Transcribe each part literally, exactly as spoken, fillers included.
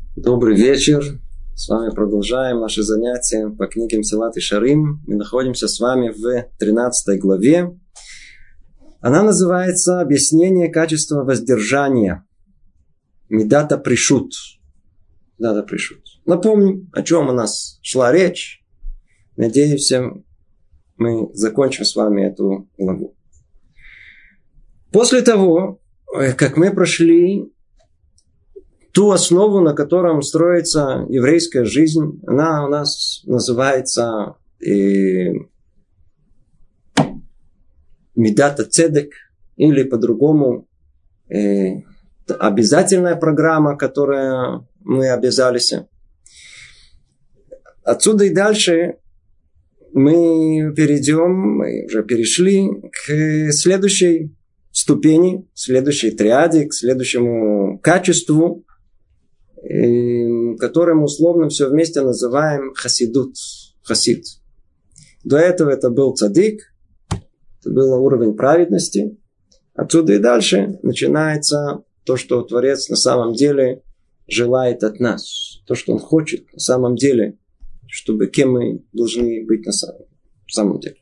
Добрый вечер. С вами продолжаем наши занятия по книге Месилат Йешарим. Мы находимся с вами в тринадцатой главе. Она называется «Объяснение качества воздержания». Мидата пришут. Мидата пришут. Напомним, о чем у нас шла речь. Надеюсь, мы закончим с вами эту главу. После того, как мы прошли ту основу, на котором строится еврейская жизнь, она у нас называется э, Мидата Цедек, или по-другому э, обязательная программа, которая мы обязались. Отсюда и дальше мы перейдем, мы уже перешли к следующей ступени, к следующей триаде, к следующему качеству, который мы условно все вместе называем хасидут, хасид. До этого это был цадик, это был уровень праведности. Отсюда и дальше начинается то, что Творец на самом деле желает от нас. То, что Он хочет на самом деле, чтобы кем мы должны быть на самом, на самом деле.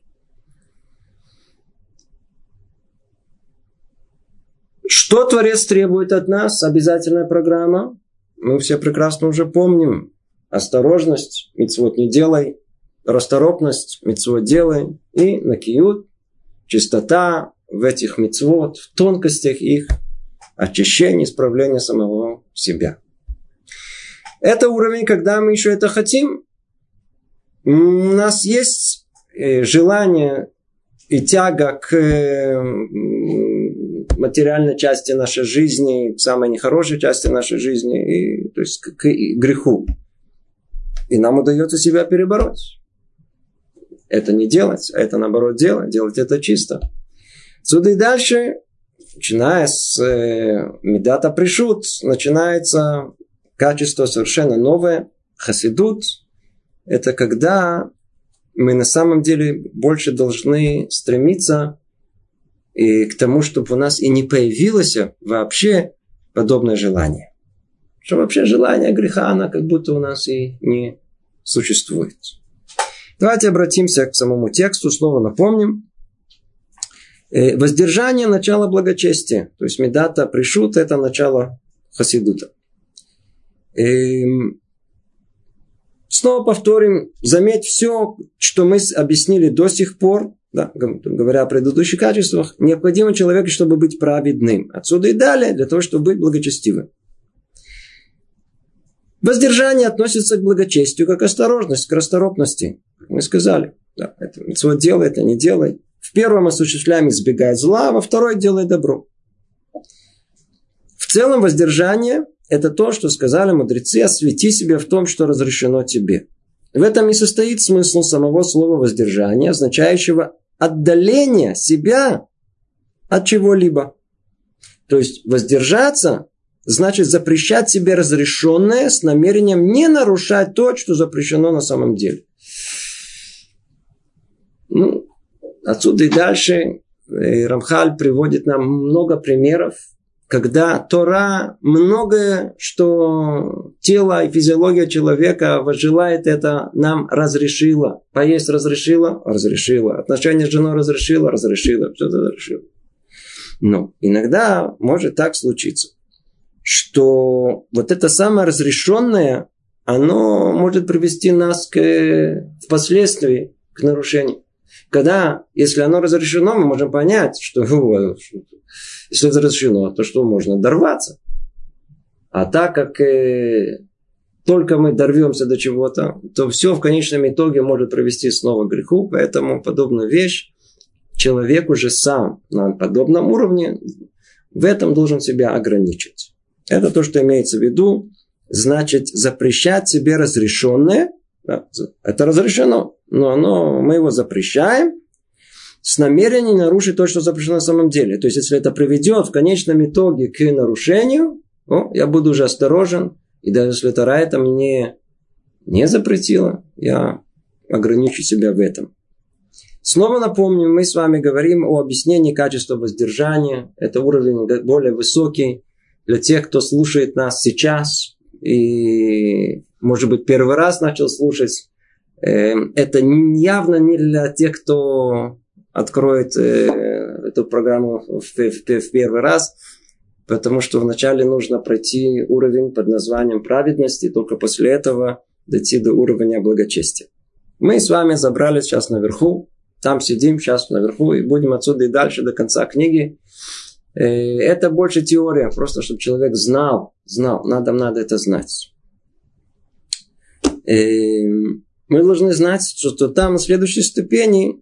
Что Творец требует от нас? Обязательная программа. Мы все прекрасно уже помним. Осторожность, мицвот не делай. Расторопность, мицвот делай. И накиют, чистота в этих мицвот, в тонкостях их, очищение, исправление самого себя. Это уровень, когда мы еще это хотим. У нас есть желание и тяга к материальной части нашей жизни, к самой нехорошей части нашей жизни, и, то есть к, к греху. И нам удается себя перебороть. Это не делать, а это наоборот делать. Делать это чисто. Отсюда и дальше, начиная с э, Мидата Пришут, начинается качество совершенно новое. Хасидут. Это когда мы на самом деле больше должны стремиться и к тому, чтобы у нас и не появилось вообще подобное желание. Что вообще желание греха, оно как будто у нас и не существует. Давайте обратимся к самому тексту, снова напомним. Воздержание – начало благочестия. То есть Мидата Пришут – это начало хасидута. Снова повторим, заметь все, что мы объяснили до сих пор, да, говоря о предыдущих качествах, необходимо человеку, чтобы быть праведным. Отсюда и далее, для того, чтобы быть благочестивым. Воздержание относится к благочестию, как осторожность, к расторопности. Как мы сказали, да, это мицвот делай, это не делай. В первом осуществляем избегай зла, во второй делай добро. В целом воздержание – это то, что сказали мудрецы, освети себя в том, что разрешено тебе. В этом и состоит смысл самого слова воздержания, означающего отдаление себя от чего-либо. То есть воздержаться значит запрещать себе разрешенное с намерением не нарушать то, что запрещено на самом деле. Ну, отсюда и дальше Рамхаль приводит нам много примеров, когда Тора многое, что тело и физиология человека желает, это нам разрешила. Поесть разрешила? Разрешила. Отношения с женой разрешила? Разрешила. Все это разрешила. Но иногда может так случиться, что вот это самое разрешенное, оно может привести нас к, впоследствии к нарушению. Когда, если оно разрешено, мы можем понять, что если это разрешено, то что можно дорваться. А так как э, только мы дорвемся до чего-то, то все в конечном итоге может привести снова к греху. Поэтому подобную вещь человек уже сам на подобном уровне в этом должен себя ограничить. Это то, что имеется в виду. Значит, запрещать себе разрешенное. Да, это разрешено, но оно, мы его запрещаем с намерением нарушить то, что запрещено на самом деле. То есть, если это приведет в конечном итоге к нарушению, о, я буду уже осторожен. И даже если Тора это мне не запретила, я ограничу себя в этом. Снова напомню, мы с вами говорим о объяснении качества воздержания. Это уровень более высокий для тех, кто слушает нас сейчас. и, может быть, первый раз начал слушать, это явно не для тех, кто откроет эту программу в первый раз, потому что вначале нужно пройти уровень под названием праведности, только после этого дойти до уровня благочестия. Мы с вами забрались сейчас наверху, там сидим сейчас наверху и будем отсюда и дальше до конца книги. Это больше теория, просто чтобы человек знал, знал, надо, надо это знать. Мы должны знать, что там на следующей ступени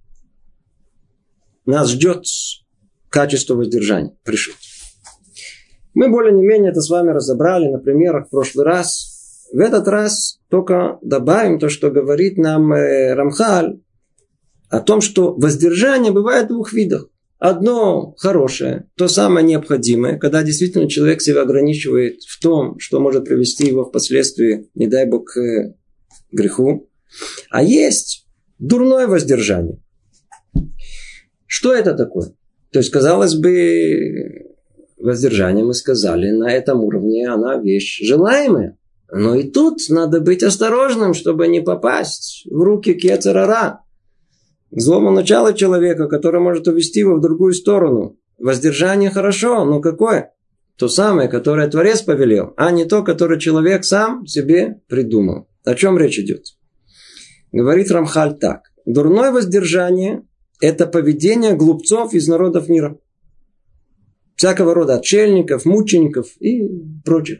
нас ждет качество воздержания. Пришел. Мы более-менее это с вами разобрали на примерах в прошлый раз. В этот раз только добавим то, что говорит нам Рамхаль о том, что воздержание бывает в двух видах. Одно хорошее, то самое необходимое, когда действительно человек себя ограничивает в том, что может привести его впоследствии, не дай Бог, к греху. А есть дурное воздержание. Что это такое? То есть, казалось бы, воздержание, мы сказали, на этом уровне она вещь желаемая. Но и тут надо быть осторожным, чтобы не попасть в руки к йецер ара, к злому началу человека, который может увести его в другую сторону. Воздержание хорошо, но какое? То самое, которое Творец повелел, а не то, которое человек сам себе придумал. О чем речь идет? Говорит Рамхаль так. Дурное воздержание – это поведение глупцов из народов мира. Всякого рода отшельников, мучеников и прочих.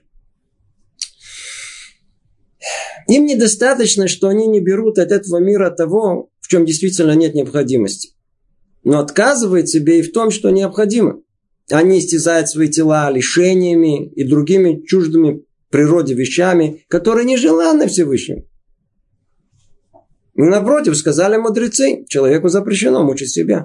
Им недостаточно, что они не берут от этого мира того, в чем действительно нет необходимости. Но отказывают себе и в том, что необходимо. Они истязают свои тела лишениями и другими чуждыми природе вещами, которые нежеланны Всевышнему. И напротив, сказали мудрецы, человеку запрещено мучить себя.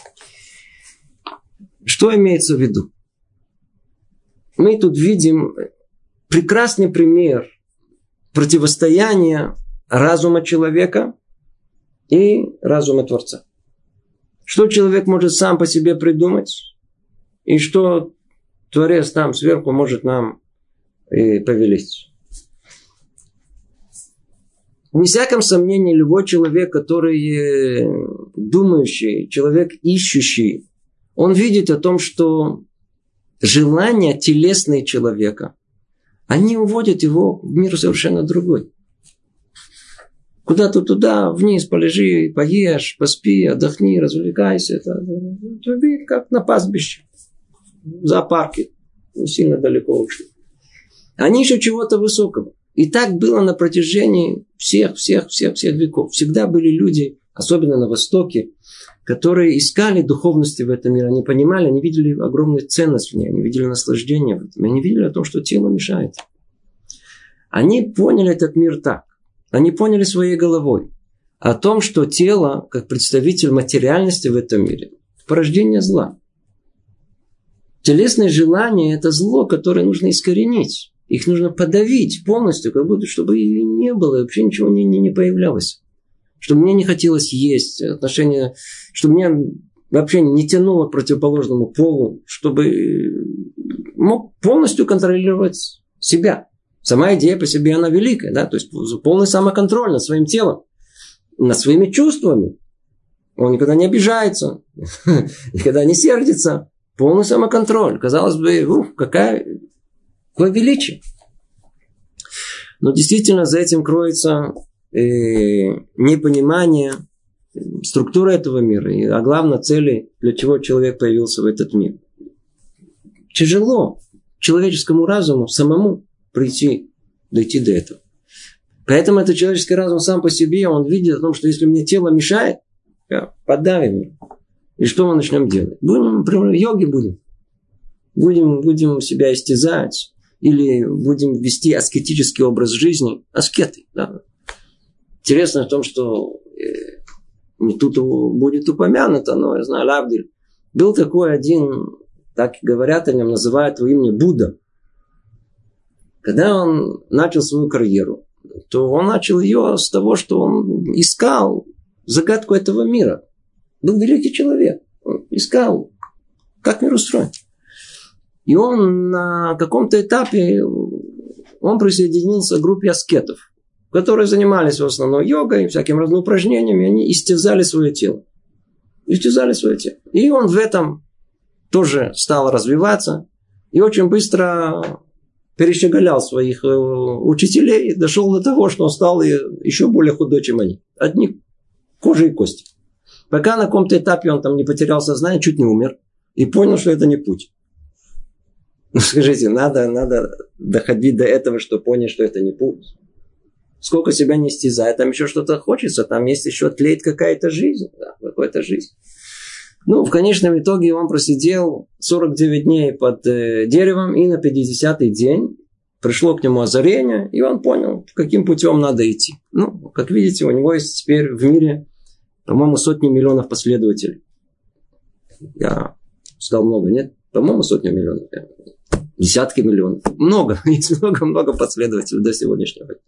Что имеется в виду? Мы тут видим прекрасный пример противостояния разума человека и разума Творца. Что человек может сам по себе придумать, и что Творец там сверху может нам и повелеть. Вне всяком сомнении, любой человек, который думающий, человек ищущий, он видит о том, что желания телесные человека, они уводят его в мир совершенно другой. Куда-то туда, вниз полежи, поешь, поспи, отдохни, развлекайся. Это, это, это как на пастбище, в зоопарке, не сильно далеко ушли. Они ищут чего-то высокого. И так было на протяжении всех, всех, всех, всех веков. Всегда были люди, особенно на Востоке, которые искали духовности в этом мире. Они понимали, они видели огромную ценность в ней, они видели наслаждение в этом. Они видели о том, что тело мешает. Они поняли этот мир так. Они поняли своей головой о том, что тело, как представитель материальности в этом мире, порождение зла. Телесные желания – это зло, которое нужно искоренить. Их нужно подавить полностью, как будто, чтобы и не было, вообще ничего не, не, не появлялось. Чтобы мне не хотелось есть, отношения, чтобы меня вообще не тянуло к противоположному полу, чтобы мог полностью контролировать себя. Сама идея по себе, она великая, да, то есть полный самоконтроль над своим телом, над своими чувствами. Он никогда не обижается, никогда не сердится. Полный самоконтроль. Казалось бы, ух, какая, какое величие. Но действительно за этим кроется э, непонимание структуры этого мира, и, а главное цели, для чего человек появился в этот мир. Тяжело человеческому разуму самому прийти, дойти до этого. Поэтому этот человеческий разум сам по себе, он видит о том, что если мне тело мешает, подавим его. И что мы начнем делать? Будем, например, йоги будем. Будем, будем себя истязать. Или будем вести аскетический образ жизни. Аскеты. Да. Интересно в том, что э, не тут будет упомянуто, но я знаю, Лавдиль. Был такой один, так говорят о нем, называют его имя Будда. Когда он начал свою карьеру, то он начал ее с того, что он искал загадку этого мира. Был великий человек. Он искал, как мир устроен. И он на каком-то этапе он присоединился к группе аскетов, которые занимались в основном йогой, всякими разными упражнениями, они истязали свое тело. Истязали свое тело. И он в этом тоже стал развиваться, и очень быстро перещеголял своих учителей, дошел до того, что он стал еще более худой, чем они. Одни кожа и кости. Пока на каком-то этапе он там не потерял сознание, чуть не умер, и понял, что это не путь. Ну, скажите, надо, надо доходить до этого, чтобы понять, что это не путь. Сколько себя не истязает, там еще что-то хочется, там есть еще тлеет какая-то жизнь, да, какая-то жизнь. Ну, в конечном итоге он просидел сорок девять дней под э, деревом, и на пятидесятый день пришло к нему озарение, и он понял, каким путем надо идти. Ну, как видите, у него есть теперь в мире, по-моему, сотни миллионов последователей. Я сказал много, нет? По-моему, сотни миллионов. Десятки миллионов. Много. Есть много-много последователей до сегодняшнего дня.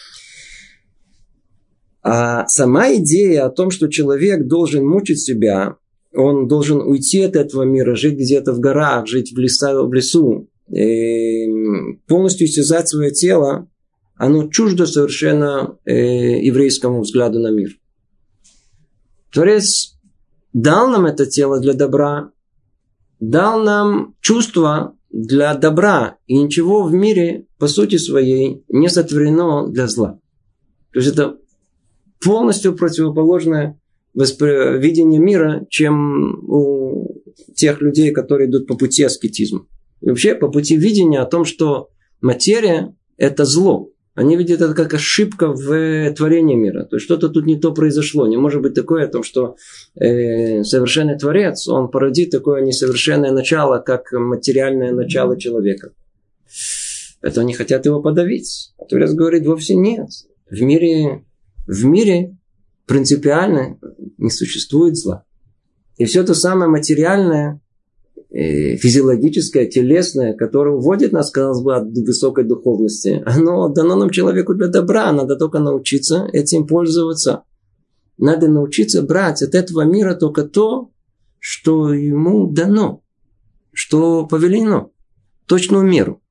А сама идея о том, что человек должен мучить себя, он должен уйти от этого мира, жить где-то в горах, жить в, леса, в лесу, полностью истязать свое тело, оно чуждо совершенно еврейскому взгляду на мир. Творец дал нам это тело для добра, дал нам чувства для добра, и ничего в мире, по сути своей, не сотворено для зла. То есть это полностью противоположное видение мира, чем у тех людей, которые идут по пути аскетизма. И вообще по пути видения о том, что материя – это зло. Они видят это как ошибка в творении мира. То есть что-то тут не то произошло. Не может быть такое о том, что э, совершенный Творец, он породит такое несовершенное начало, как материальное начало человека. Это они хотят его подавить. А Творец говорит, вовсе нет. В мире, в мире принципиально не существует зла. И все то самое материальное, физиологическое, телесное, которое уводит нас, казалось бы, от высокой духовности, оно дано нам человеку для добра. Надо только научиться этим пользоваться. Надо научиться брать от этого мира только то, что ему дано, что повелено, точную меру.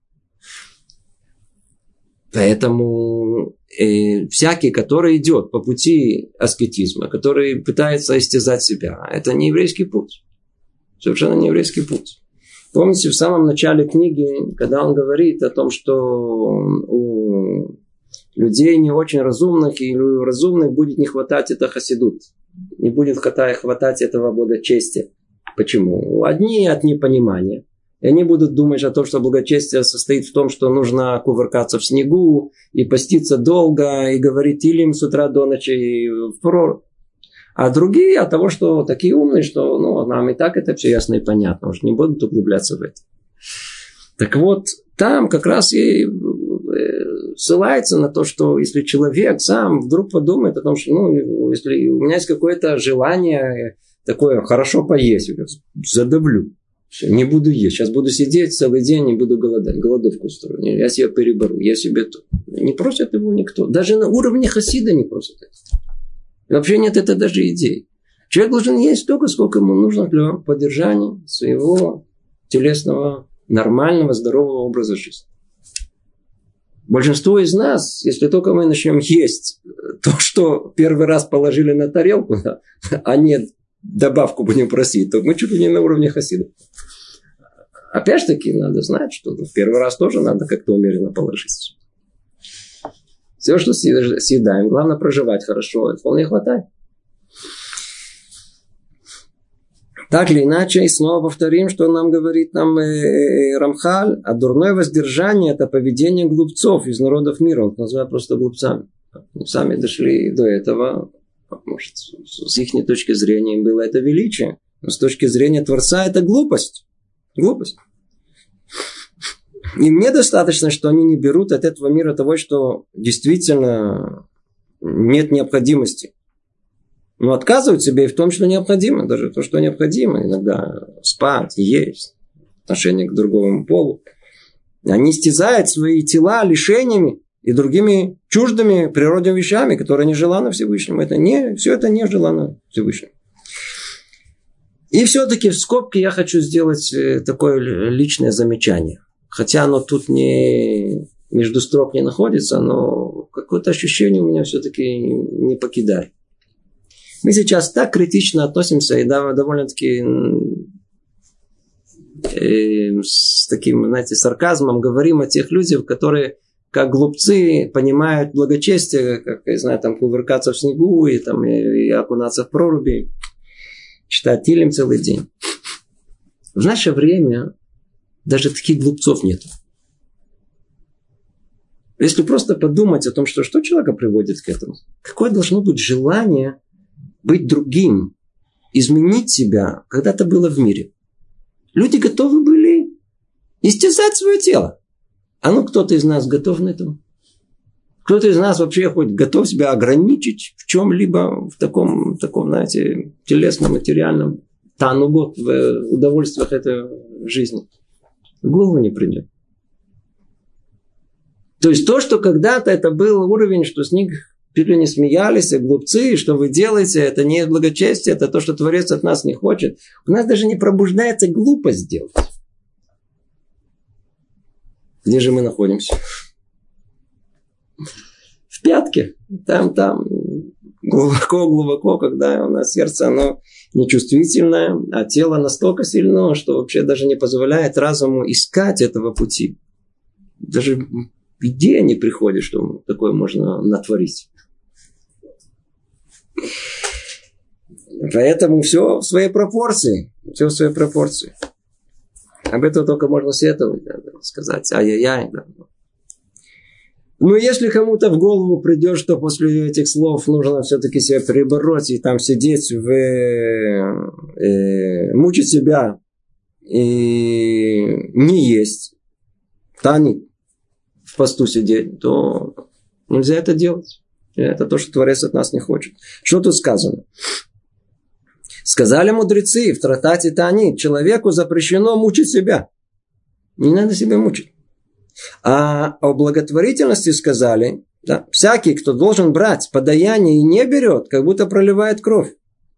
Поэтому э, всякий, который идет по пути аскетизма, который пытается истязать себя, это не еврейский путь. Совершенно не еврейский путь. Помните, в самом начале книги, когда он говорит о том, что у людей не очень разумных и у разумных будет не хватать это хасидут. Не будет хватать этого благочестия. Почему? Одни от непонимания. И они будут думать о том, что благочестие состоит в том, что нужно кувыркаться в снегу и поститься долго, и говорить илим с утра до ночи и в пророк. А другие от того, что такие умные, что ну, нам и так это все ясно и понятно. Уж не будут углубляться в это. Так вот, там как раз и ссылается на то, что если человек сам вдруг подумает о том, что ну, если у меня есть какое-то желание такое хорошо поесть, я задавлю. Не буду есть. Сейчас буду сидеть целый день и буду голодать. Голодовку устрою. Я себя перебору. Я себе то. Не просит его никто. Даже на уровне хасида не просит это. Вообще нет это даже идеи. Человек должен есть столько, сколько ему нужно для поддержания своего телесного, нормального, здорового образа жизни. Большинство из нас, если только мы начнем есть то, что первый раз положили на тарелку, да, а не добавку будем просить, то мы чуть ли не на уровне хасида. Опять же таки, надо знать, что в первый раз тоже надо как-то умеренно положить. Все, что съедаем, главное проживать хорошо, вполне хватает. Так или иначе, и снова повторим, что нам говорит нам э, э, Рамхаль, а дурное воздержание – это поведение глупцов из народов мира. Он называет просто глупцами. Сами дошли до этого. Может, с их точки зрения им было это величие, но с точки зрения Творца это глупость. Глупость. Им недостаточно, что они не берут от этого мира того, что действительно нет необходимости. Но отказывают себе и в том, что необходимо. Даже то, что необходимо. Иногда спать, есть, отношение к другому полу. Они истязают свои тела лишениями и другими чуждыми природе вещами, которые не желаны Всевышнему. Это не, все это не желано Всевышнему. И все-таки в скобке я хочу сделать такое личное замечание. Хотя оно тут не, между строк не находится, но какое-то ощущение у меня все-таки не покидает. Мы сейчас так критично относимся и довольно-таки э, с таким, знаете, сарказмом говорим о тех людях, которые, как глупцы, понимают благочестие, как, я знаю, там, кувыркаться в снегу и, там, и, и окунаться в проруби, читать Тилим целый день. В наше время даже таких глупцов нет. Если просто подумать о том, что, что человека приводит к этому, какое должно быть желание быть другим, изменить себя, когда-то было в мире. Люди готовы были истязать свое тело. А ну, кто-то из нас готов на это? Кто-то из нас вообще хоть готов себя ограничить в чем-либо, в таком, таком, знаете, телесном, материальном, танугот, в удовольствиях этой жизни? В голову не придет. То есть то, что когда-то это был уровень, что с них чуть ли не смеялись, и глупцы, что вы делаете, это не благочестие, это то, что Творец от нас не хочет. У нас даже не пробуждается глупость делать. Где же мы находимся? В пятке. Там, там, глубоко-глубоко, когда у нас сердце, оно нечувствительное, а тело настолько сильно, что вообще даже не позволяет разуму искать этого пути. Даже идея не приходит, что такое можно натворить. Поэтому все в своей пропорции. Все в своей пропорции. Об этом только можно сетовать, да, сказать ай-яй-яй. Да. Но если кому-то в голову придет, что после этих слов нужно все-таки себя перебороть и там сидеть, в, э, мучить себя и не есть, танить, в посту сидеть, то нельзя это делать. Это то, что Творец от нас не хочет. Что тут сказано? Сказали мудрецы в трактате Таанит, человеку запрещено мучить себя. Не надо себя мучить. А о благотворительности сказали, да, всякий, кто должен брать подаяние и не берет, как будто проливает кровь.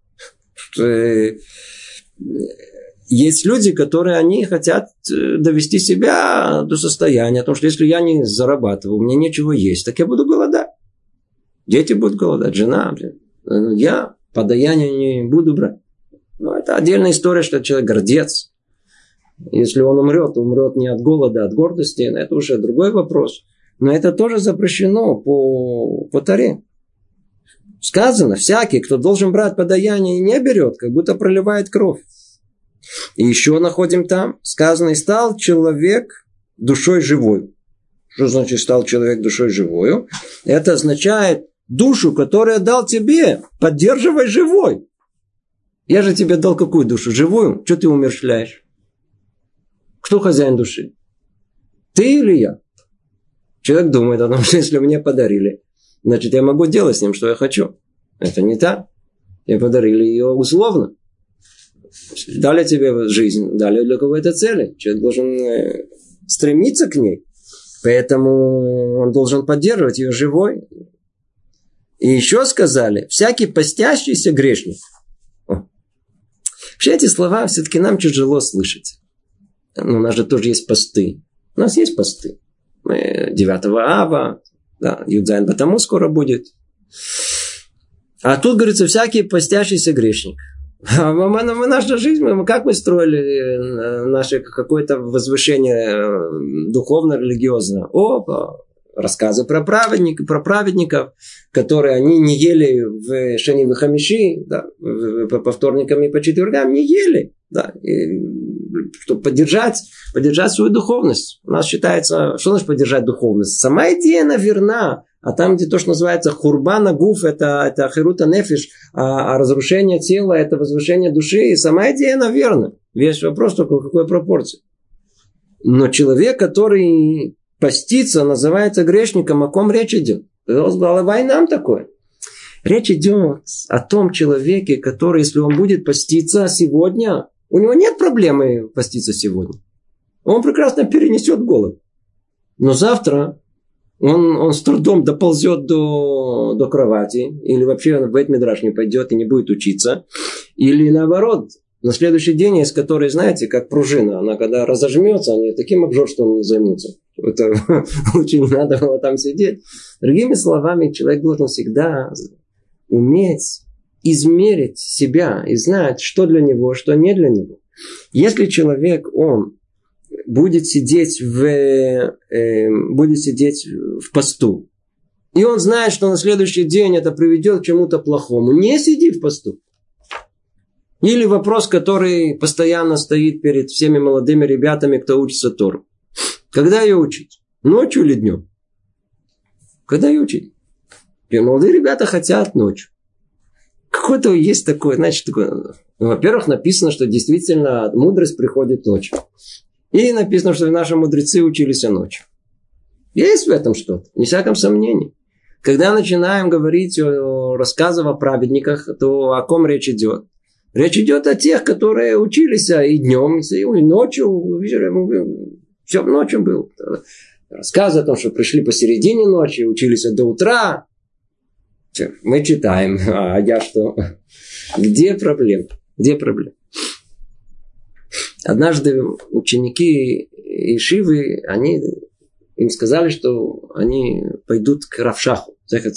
Есть люди, которые они хотят довести себя до состояния, о том, что если я не зарабатываю, у меня нечего есть, так я буду голодать. Дети будут голодать, жена. Я подаяние не буду брать. Но это отдельная история, что человек гордец. Если он умрет, умрет не от голода, а от гордости. Это уже другой вопрос. Но это тоже запрещено по, по Торе. Сказано, всякий, кто должен брать подаяние и не берет, как будто проливает кровь. И еще находим там, сказано, и стал человек душой живой. Что значит стал человек душой живой? Это означает душу, которую я дал тебе, поддерживай живой. Я же тебе дал какую душу? Живую? Что ты умерщвляешь? Кто хозяин души? Ты или я? Человек думает о том, что если мне подарили, значит, я могу делать с ним, что я хочу. Это не так. Мне подарили ее условно. Дали тебе жизнь, дали для какой-то цели. Человек должен стремиться к ней. Поэтому он должен поддерживать ее живой. И еще сказали, всякий постящийся грешник. О. Вообще эти слова все-таки нам тяжело слышать. Но у нас же тоже есть посты. У нас есть посты. Мы девятого ава, да, Юдзайн Батаму скоро будет. А тут говорится, всякий постящийся грешник. А наша жизнь, как мы строили наше какое-то возвышение духовно-религиозное? О, рассказы про праведников, про праведников, которые они не ели в Шени Вахамиши, да, по вторникам и по четвергам не ели, да, и, чтобы поддержать, поддержать свою духовность. У нас считается, что значит поддержать духовность? Сама идея, она верна. А там, где то, что называется хурбана гуф, это, это ахирута нефиш, а, а разрушение тела, это возвышение души. И сама идея, она верна. Весь вопрос только в какой пропорции. Но человек, который постится, называется грешником, о ком речь идет? Голова и нам такое. Речь идет о том человеке, который, если он будет поститься сегодня, у него нет проблемы поститься сегодня. Он прекрасно перенесет голод. Но завтра Он, он с трудом доползет до, до кровати, или вообще в бейт-мидраш не пойдет и не будет учиться, или наоборот, на следующий день, из которой, знаете, как пружина, она когда разожмется, они таким обжорством займутся. Это лучше не надо было там сидеть. Другими словами, человек должен всегда уметь измерить себя и знать, что для него, что не для него. Если человек, он будет сидеть в, э, будет сидеть в посту, и он знает, что на следующий день это приведет к чему-то плохому, не сиди в посту. Или вопрос, который постоянно стоит перед всеми молодыми ребятами, кто учится Тору. Когда ее учить? Ночью или днем? Когда ее учить? И молодые ребята хотят ночью. Какое-то есть такое, значит, такое. Ну, во-первых, написано, что действительно мудрость приходит ночью. И написано, что наши мудрецы учились ночью. Есть в этом что-то, не всяком сомнении. Когда начинаем говорить о рассказах о праведниках, то о ком речь идет? Речь идет о тех, которые учились и днем, и ночью, вечером, все ночью было. Рассказ о том, что пришли посередине ночи, учились до утра. Мы читаем, а я что? Где проблема? Где проблема? Однажды ученики Ешивы, они, им сказали, что они пойдут к Равшаху.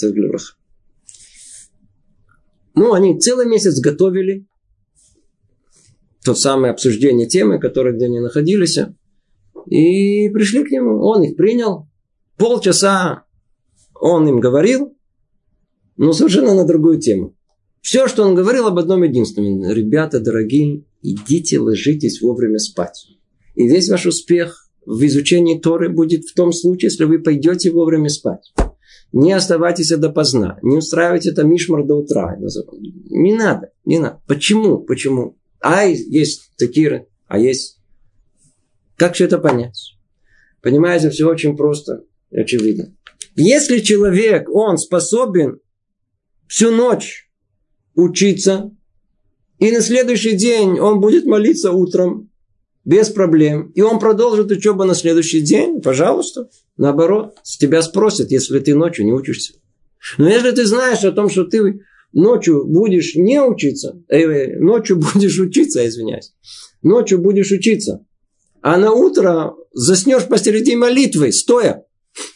Ну, они целый месяц готовили то самое обсуждение темы, которой где они находились, и пришли к нему. Он их принял. Полчаса он им говорил, но совершенно на другую тему. Все, что он говорил, об одном единственном. Ребята, дорогие, идите, ложитесь вовремя спать. И весь ваш успех в изучении Торы будет в том случае, если вы пойдете вовремя спать. Не оставайтесь допоздна. Не устраивайте это мишмар до утра. Не надо, не надо. Почему? Почему? А есть такие, а есть... Как все это понять? Понимаете, все очень просто и очевидно. Если человек, он способен всю ночь учиться, и на следующий день он будет молиться утром, без проблем, и он продолжит учебу на следующий день, пожалуйста, наоборот, с тебя спросят, если ты ночью не учишься. Но если ты знаешь о том, что ты ночью будешь не учиться, э, ночью будешь учиться, извиняюсь, ночью будешь учиться, а на утро заснешь посреди молитвы, стоя,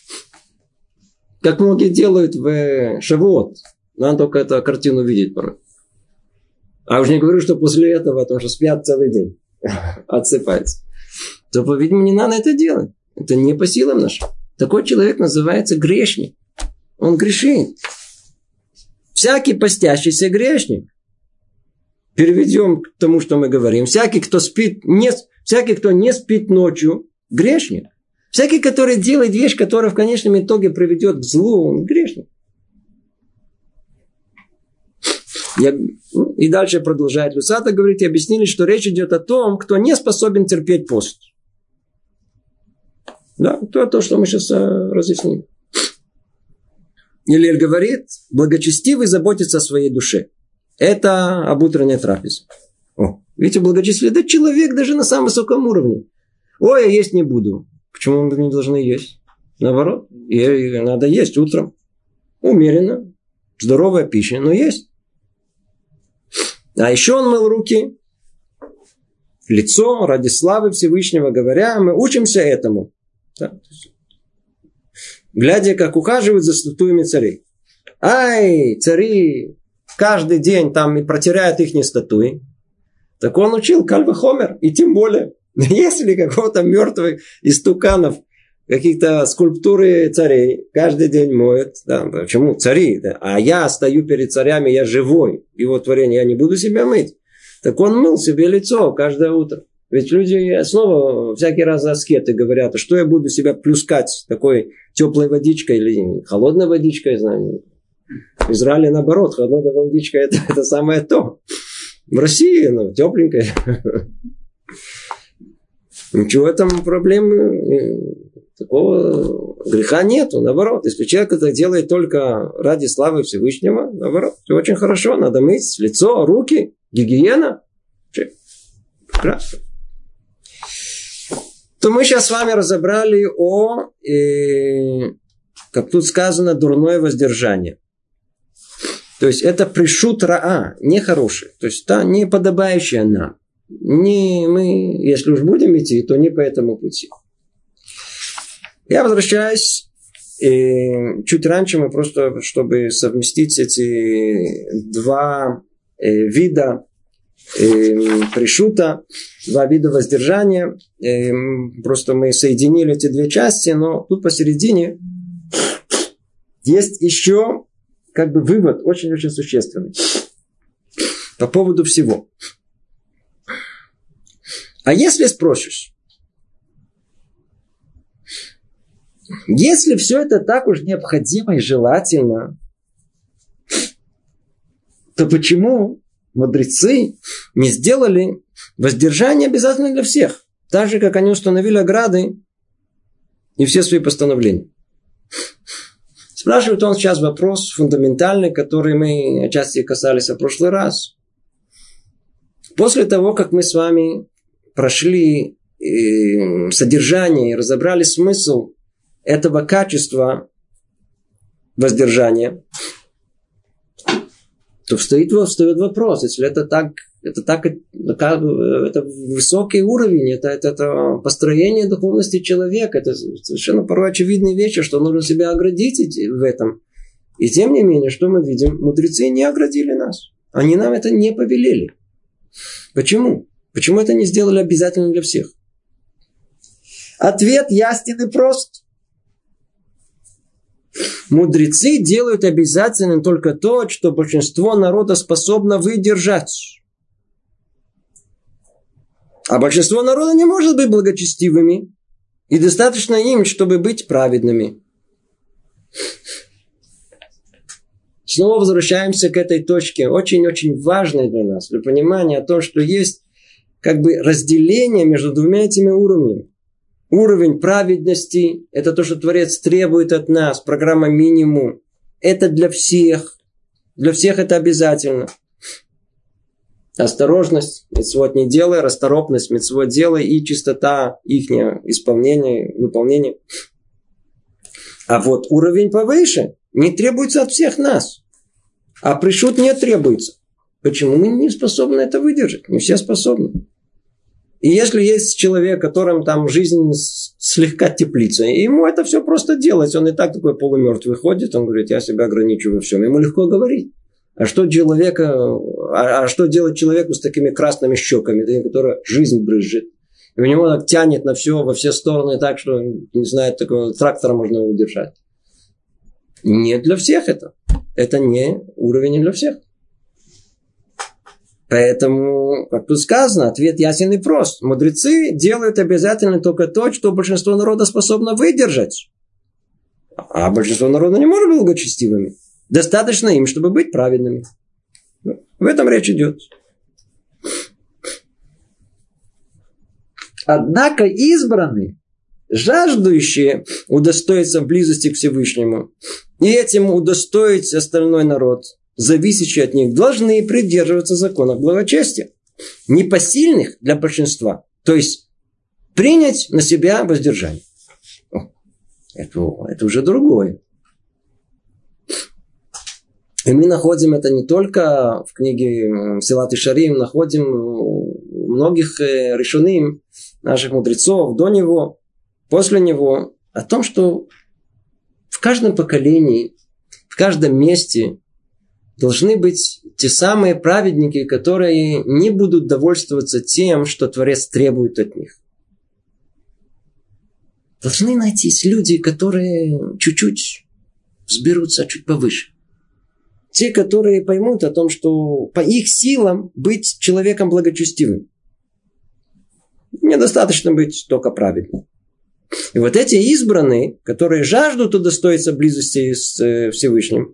как многие делают в Шавуот. Надо только эту картину видеть порой. А уж не говорю, что после этого, потому что спят целый день, отсыпаются. То, по-видимому, не надо это делать. Это не по силам нашим. Такой человек называется грешник. Он грешит. Всякий постящийся грешник. Переведем к тому, что мы говорим. Всякий, кто спит, не, всякий, кто не спит ночью, грешник. Всякий, который делает вещь, которая в конечном итоге приведет к злу, он грешник. Я, ну, и дальше продолжает Люсата говорить, и объяснили, что речь идет о том, кто не способен терпеть пост. Да, то, то, что мы сейчас а, разъясним. Илель говорит, благочестивый заботится о своей душе. Это об утренней трапезе. О, видите, благочестивый, да человек даже на самом высоком уровне. Ой, я есть не буду. Почему мы не должны есть? Наоборот, надо есть утром. Умеренно, здоровая пища, но есть. А еще он мыл руки, лицо ради славы Всевышнего, говоря, мы учимся этому. Да? Глядя, как ухаживают за статуями царей. Ай, цари каждый день там и протирают их статуи. Так он учил Каль вахомер. И тем более, если какого-то мертвых истуканов, каких-то скульптуры царей каждый день моют. Да, почему? Цари. Да? А я стою перед царями, я живой. Его творение, я не буду себя мыть. Так он мыл себе лицо каждое утро. Ведь люди снова всякий раз аскеты говорят, а что я буду себя плюскать такой теплой водичкой или холодной водичкой, знаю. В Израиле наоборот, холодная водичка это, это самое то. В России, ну, тепленькая. Ничего там проблемы, такого греха нету, наоборот. Если человек это делает только ради славы Всевышнего, наоборот, все очень хорошо, надо мыть лицо, руки, гигиена. Прекрасно. То мы сейчас с вами разобрали о, э, как тут сказано, дурное воздержание. То есть это пришут раа, нехороший. То есть та не подобающая нам. Не мы, если уж будем идти, то не по этому пути. Я возвращаюсь. И чуть раньше мы просто, чтобы совместить эти два э, вида э, пришута, два вида воздержания, э, просто мы соединили эти две части, но тут посередине есть еще как бы вывод очень-очень существенный по поводу всего. А если спросишь, если все это так уж необходимо и желательно, то почему мудрецы не сделали воздержание обязательно для всех? Так же, как они установили ограды и все свои постановления. Спрашивает он сейчас вопрос фундаментальный, который мы отчасти касались в прошлый раз. После того, как мы с вами прошли содержание и разобрали смысл этого качества воздержания, то встает, встает вопрос, если это так, это так, это высокий уровень, это, это, это построение духовности человека, это совершенно порой очевидные вещи, что нужно себя оградить в этом. И тем не менее, что мы видим, мудрецы не оградили нас. Они нам это не повелели. Почему? Почему это не сделали обязательно для всех? Ответ ясен и прост. Мудрецы делают обязательным только то, что большинство народа способно выдержать. А большинство народа не может быть благочестивыми. И достаточно им, чтобы быть праведными. Снова возвращаемся к этой точке, очень-очень важной для нас, для понимания о том, что есть как бы разделение между двумя этими уровнями. Уровень праведности – это то, что Творец требует от нас, программа минимум. Это для всех. Для всех это обязательно. Осторожность, мицвот не делай, расторопность, мицвот делай и чистота их исполнения, выполнения. А вот уровень повыше не требуется от всех нас. А пришут не требуется. Почему? Мы не способны это выдержать. Не все способны. И если есть человек, которым там жизнь слегка теплится, ему это все просто делать. Он и так такой полумертвый ходит, он говорит, я себя ограничиваю во всем. Ему легко говорить. А что, человека, а, а что делать человеку с такими красными щеками, которая жизнь брызжет? И у него так тянет на все, во все стороны так, что, не знаю, такого трактора можно удержать. Не для всех это. Это не уровень для всех. Поэтому, как тут сказано, ответ ясен и прост. Мудрецы делают обязательно только то, что большинство народа способно выдержать. А большинство народа не может быть благочестивыми. Достаточно им, чтобы быть праведными. В этом речь идет. Однако избранные, жаждущие удостоиться близости к Всевышнему, и этим удостоить остальной народ, зависящие от них, должны придерживаться законов благочестия. Непосильных для большинства. То есть, принять на себя воздержание. О, это, это уже другое. И мы находим это не только в книге Силат Ишарим, находим многих решуним, наших мудрецов, до него, после него, о том, что в каждом поколении, в каждом месте должны быть те самые праведники, которые не будут довольствоваться тем, что Творец требует от них. Должны найтись люди, которые чуть-чуть взберутся чуть повыше. Те, которые поймут о том, что по их силам быть человеком благочестивым. Недостаточно быть только праведным. И вот эти избранные, которые жаждут удостоиться близости с Всевышним,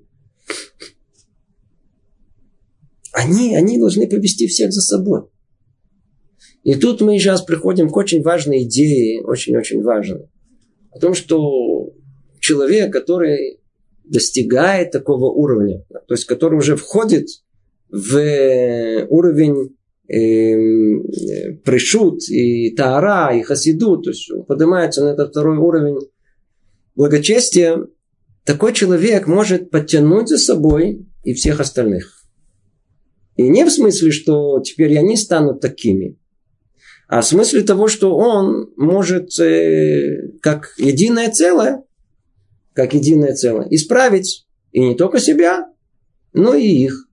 они, они должны повести всех за собой. И тут мы сейчас приходим к очень важной идее, очень-очень важной. О том, что человек, который достигает такого уровня, то есть который уже входит в уровень э, пришут и таара, и хасиду, то есть поднимается на этот второй уровень благочестия, такой человек может подтянуть за собой и всех остальных. И не в смысле, что теперь они станут такими, а в смысле того, что он может э, как единое целое, как единое целое, исправить и не только себя, но и их.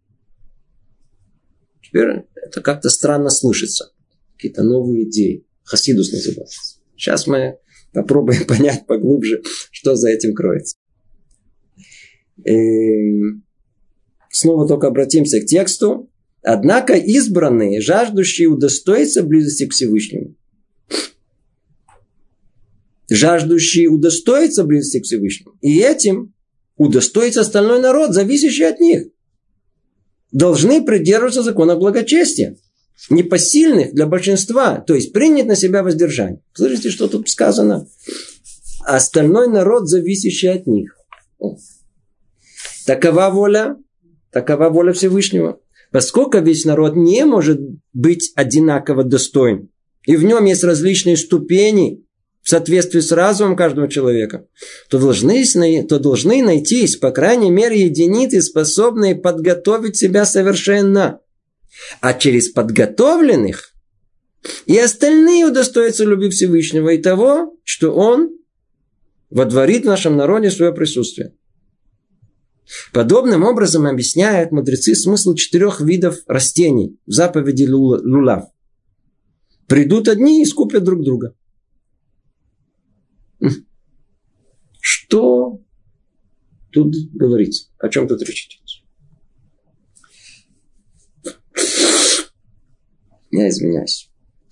Теперь это как-то странно слышится. Какие-то новые идеи. Хасидус называется. Сейчас мы попробуем понять поглубже, что за этим кроется. И снова только обратимся к тексту. Однако избранные, жаждущие удостоиться близости к Всевышнему. Жаждущие удостоиться близости к Всевышнему. И этим удостоится остальной народ, зависящий от них. Должны придерживаться закона благочестия. Непосильных для большинства. То есть принять на себя воздержание. Слышите, что тут сказано? Остальной народ, зависящий от них. Такова воля. Такова воля Всевышнего. Поскольку весь народ не может быть одинаково достоин, и в нем есть различные ступени в соответствии с разумом каждого человека, то должны, то должны найтись, по крайней мере, единицы, способные подготовить себя совершенно. А через подготовленных и остальные удостоятся любви Всевышнего и того, что Он водворит в нашем народе свое присутствие. Подобным образом объясняют мудрецы смысл четырех видов растений в заповеди Лулав. Придут одни и искупят друг друга. Что тут говорится? О чем тут речь идет? Я извиняюсь.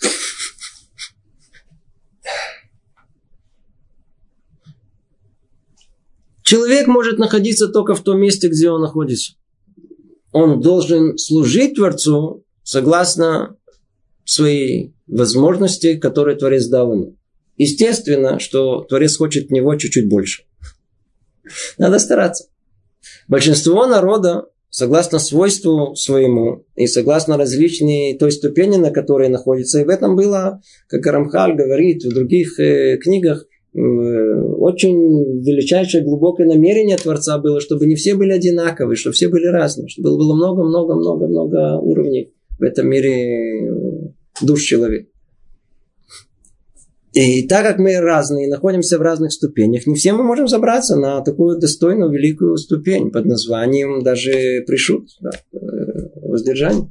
Человек может находиться только в том месте, где он находится. Он должен служить Творцу согласно своей возможности, которые Творец дал ему. Естественно, что Творец хочет от него чуть-чуть больше. Надо стараться. Большинство народа, согласно свойству своему и согласно различной той ступени, на которой находится, и в этом было, как Рамхаль говорит в других э, книгах, очень величайшее глубокое намерение Творца было, чтобы не все были одинаковые, чтобы все были разные, чтобы было много-много-много-много уровней в этом мире душ человека. И так как мы разные, находимся в разных ступенях, не все мы можем забраться на такую достойную великую ступень под названием даже пришут, да, воздержание.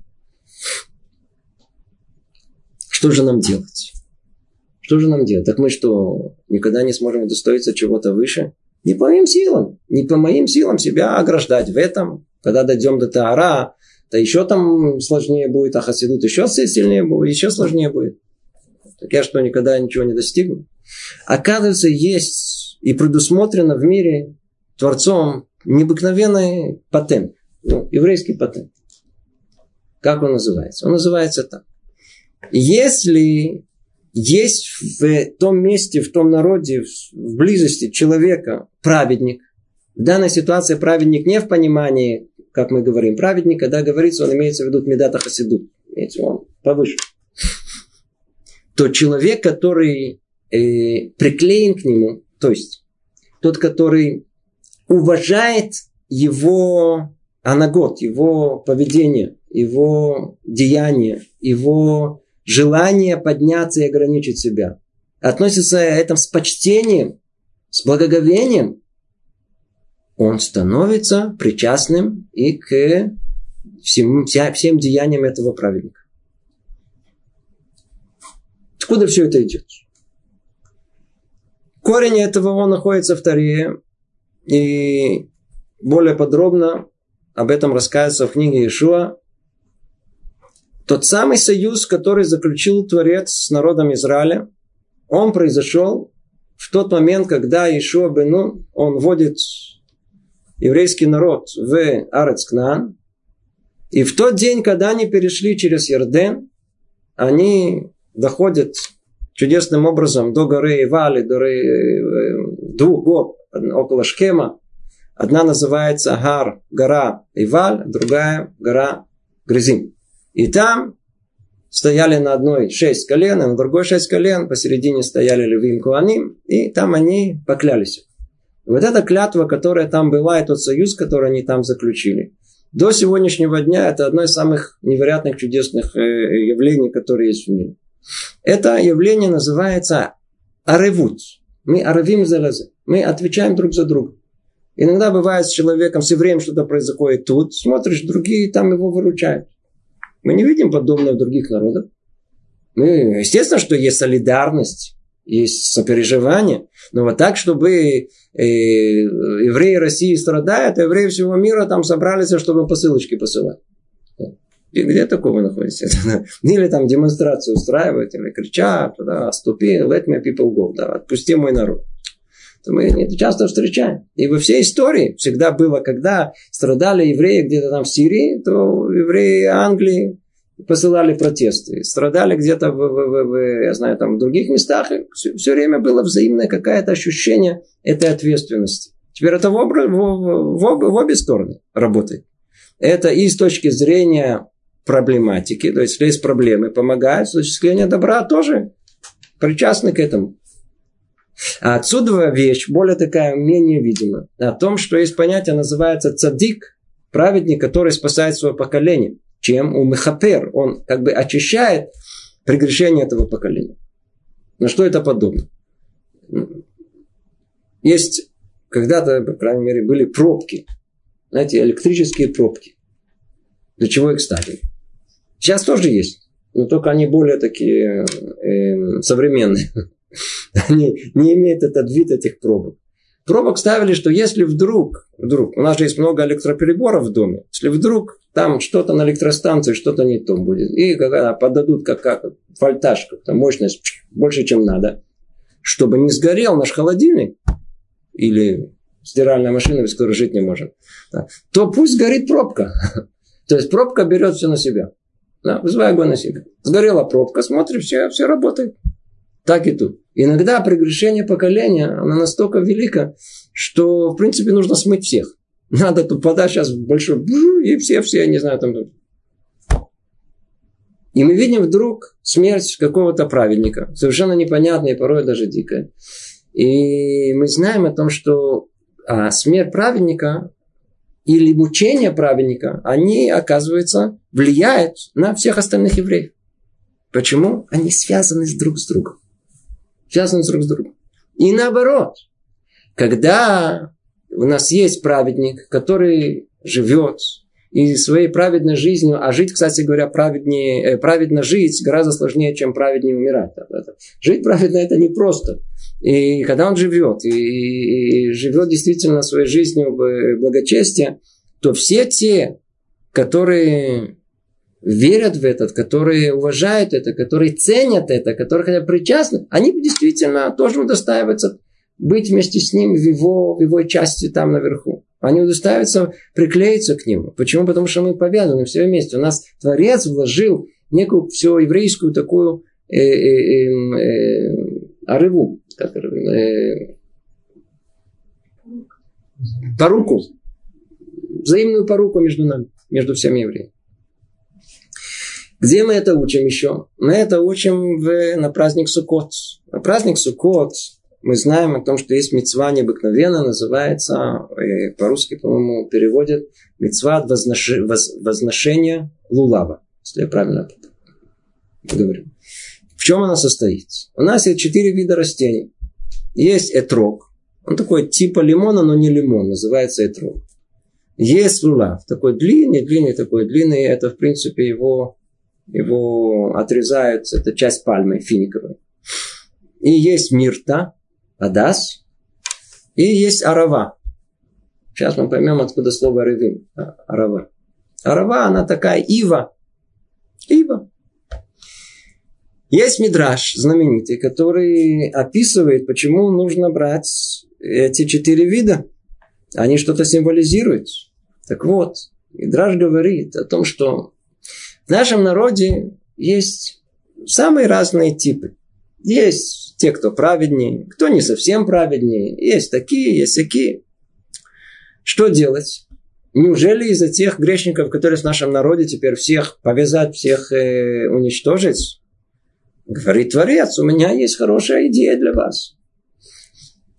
Что же нам делать? Что же нам делать? Так мы что, никогда не сможем удостоиться чего-то выше? Не по моим силам. Не по моим силам себя ограждать в этом. Когда дойдем до Таара, то еще там сложнее будет, а Хасидут еще сильнее будет, еще сложнее будет. Так я что, никогда ничего не достигну? Оказывается, есть и предусмотрено в мире Творцом необыкновенный патент. Ну, еврейский патент. Как он называется? Он называется так. Если есть в том месте, в том народе, в близости человека праведник. В данной ситуации праведник не в понимании, как мы говорим, праведник, когда говорится, он имеется в виду медата хасидут. Он повыше. То человек, который э, приклеен к нему, то есть тот, который уважает его анагот, его поведение, его деяние, его желание подняться и ограничить себя, относится к этому с почтением, с благоговением, он становится причастным и к всем, всем деяниям этого праведника. Откуда все это идет? Корень этого он находится в Торе, и более подробно об этом рассказывается в книге Иешуа. Тот самый союз, который заключил Творец с народом Израиля, он произошел в тот момент, когда Иешуа бен Нун, он вводит еврейский народ в Арец Кнаан. И в тот день, когда они перешли через Ярден, они доходят чудесным образом до горы Ивали, до двух гор около Шкема. Одна называется Гар, гора Иваль, другая гора Гризим. И там стояли на одной шесть колен, а на другой шесть колен, посередине стояли Левим Коаним, и там они поклялись. И вот эта клятва, которая там была, и тот союз, который они там заключили, До сегодняшнего дня это одно из самых невероятных, чудесных явлений, которые есть в мире. Это явление называется аревут. Мы аревим за лазе. Мы отвечаем друг за друга. Иногда бывает с человеком, с евреем что-то происходит тут, смотришь, другие там его выручают. Мы не видим подобного в других народах. Мы, естественно, что есть солидарность, есть сопереживание, но вот так, чтобы э, евреи России страдают, а евреи всего мира там собрались, чтобы посылочки посылать. И где такое вы находитесь? Или там демонстрацию устраивают, или кричат, да, отступи, let my people go, да, отпусти мой народ. Это мы это часто встречаем. И во всей истории всегда было, когда страдали евреи где-то там в Сирии, то евреи Англии посылали протесты. Страдали где-то в, в, в, в, я знаю, там в других местах. Все, все время было взаимное какое-то ощущение этой ответственности. Теперь это в, об, в, в, в обе стороны работает. Это и с точки зрения проблематики, то есть если есть проблемы, помогают, с точки зрения добра тоже причастны к этому. А отсюда вещь, более такая, менее видимая, о том, что есть понятие, называется цадик, праведник, который спасает свое поколение. Чем у мехапер, он как бы очищает прегрешение этого поколения. На что это подобно? Есть, когда-то, по крайней мере, были пробки, знаете, электрические пробки. Для чего их ставили? Сейчас тоже есть, но только они более такие э, современные. Они не имеют этот вид этих пробок. Пробок ставили, что если вдруг, вдруг, у нас же есть много электропереборов в доме, если вдруг там что-то на электростанции, что-то не то будет, и когда подадут как, как вольтаж, как мощность больше, чем надо, чтобы не сгорел наш холодильник или стиральная машина, без которой жить не можем, да, то пусть сгорит пробка. То есть пробка берет все на себя. Да, вызывай огонь на себя. Сгорела пробка, смотри, все, все работает. Так и тут. Иногда прегрешение поколения, оно настолько велико, что, в принципе, нужно смыть всех. Надо тут подать сейчас большой, и все-все, не знаю, там. И мы видим вдруг смерть какого-то праведника. Совершенно непонятная и порой даже дикая. И мы знаем о том, что а, смерть праведника или мучения праведника, они, оказывается, влияют на всех остальных евреев. Почему? Они связаны друг с другом. Связаны друг с другом. И наоборот, когда у нас есть праведник, который живет и своей праведной жизнью, а жить, кстати говоря, праведнее, праведно жить гораздо сложнее, чем праведнее умирать. Жить праведно это непросто. И когда он живет, и, и живет действительно своей жизнью в благочестии, то все те, которые верят в это, которые уважают это, которые ценят это, которые хотя бы причастны, они действительно тоже удостаиваются быть вместе с ним в его, в его части там наверху. Они удостаиваются приклеиться к нему. Почему? Потому что мы повязаны все вместе. У нас Творец вложил некую всю еврейскую такую э, э, э, э, арыву, как, э, поруку, взаимную поруку между нами, между всеми евреями. Где мы это учим еще? Мы это учим в, на праздник Суккот. На праздник Суккот мы знаем о том, что есть мицва необыкновенная, называется, по-русски, по-моему, переводят мицва возноши, воз, возношения лулава. Если я правильно говорю. В чем она состоит? У нас есть четыре вида растений. Есть этрог. Он такой типа лимона, но не лимон. Называется этрог. Есть лулав. Такой длинный, длинный, такой длинный. Это, в принципе, его, его отрезают. Это часть пальмы финиковой. И есть мирта, адас. И есть арава. Сейчас мы поймем, откуда слово аревим. Арава. Арава, она такая ива. Ива. Есть мидраш знаменитый, который описывает, почему нужно брать эти четыре вида. Они что-то символизируют. Так вот, мидраш говорит о том, что в нашем народе есть самые разные типы. Есть те, кто праведнее, кто не совсем праведнее. Есть такие, есть такие. Что делать? Неужели из-за тех грешников, которые в нашем народе, теперь всех повязать, всех э, уничтожить? Говорит Творец, у меня есть хорошая идея для вас.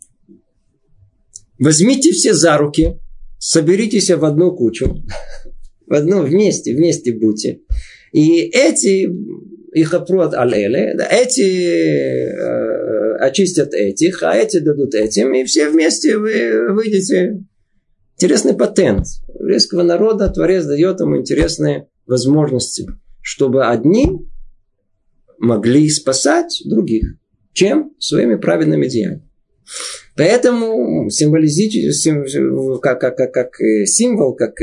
Возьмите все за руки, соберитесь в одну кучу В одном вместе, вместе будьте. И эти, их опрот алеле, эти э, очистят этих, а эти дадут этим, и все вместе вы выйдете. Интересный патент. Еврейского народа Творец дает ему интересные возможности, чтобы одни могли спасать других. Чем? Своими праведными деяниями. Поэтому символизирует, как, как, как, как символ, как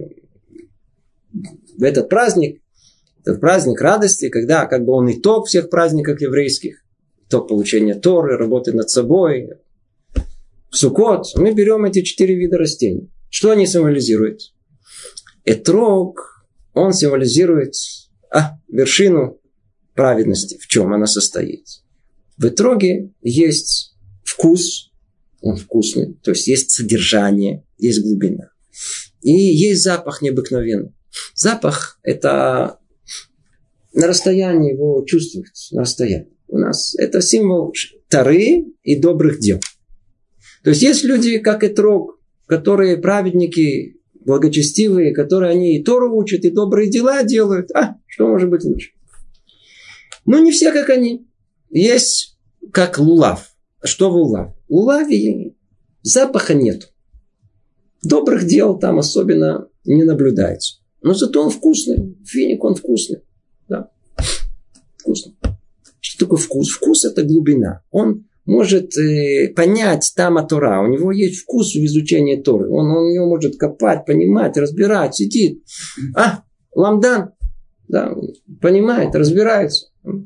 в этот праздник, этот праздник радости, когда как бы он итог всех праздников еврейских, итог получения Торы, работы над собой. В Суккот мы берем эти четыре вида растений. Что они символизируют? Этрог, он символизирует а, вершину праведности. В чем она состоит? В этроге есть вкус, он вкусный, то есть есть содержание, есть глубина. И есть запах необыкновенный. Запах – это на расстоянии его чувствуется, на расстоянии. У нас это символ Торы и добрых дел. То есть есть люди, как этрог, которые праведники, благочестивые, которые они и Тору учат, и добрые дела делают. А, что может быть лучше? Но не все, как они. Есть как лулав. Что в лулаве? В лулаве запаха нет. Добрых дел там особенно не наблюдается. Но зато он вкусный. Финик он вкусный. Да. Вкусный. Что такое вкус? Вкус – это глубина. Он может э, понять тама Тора. У него есть вкус в изучении Торы. Он, он ее может копать, понимать, разбирать, сидит. А, ламдан. Да, понимает, разбирается.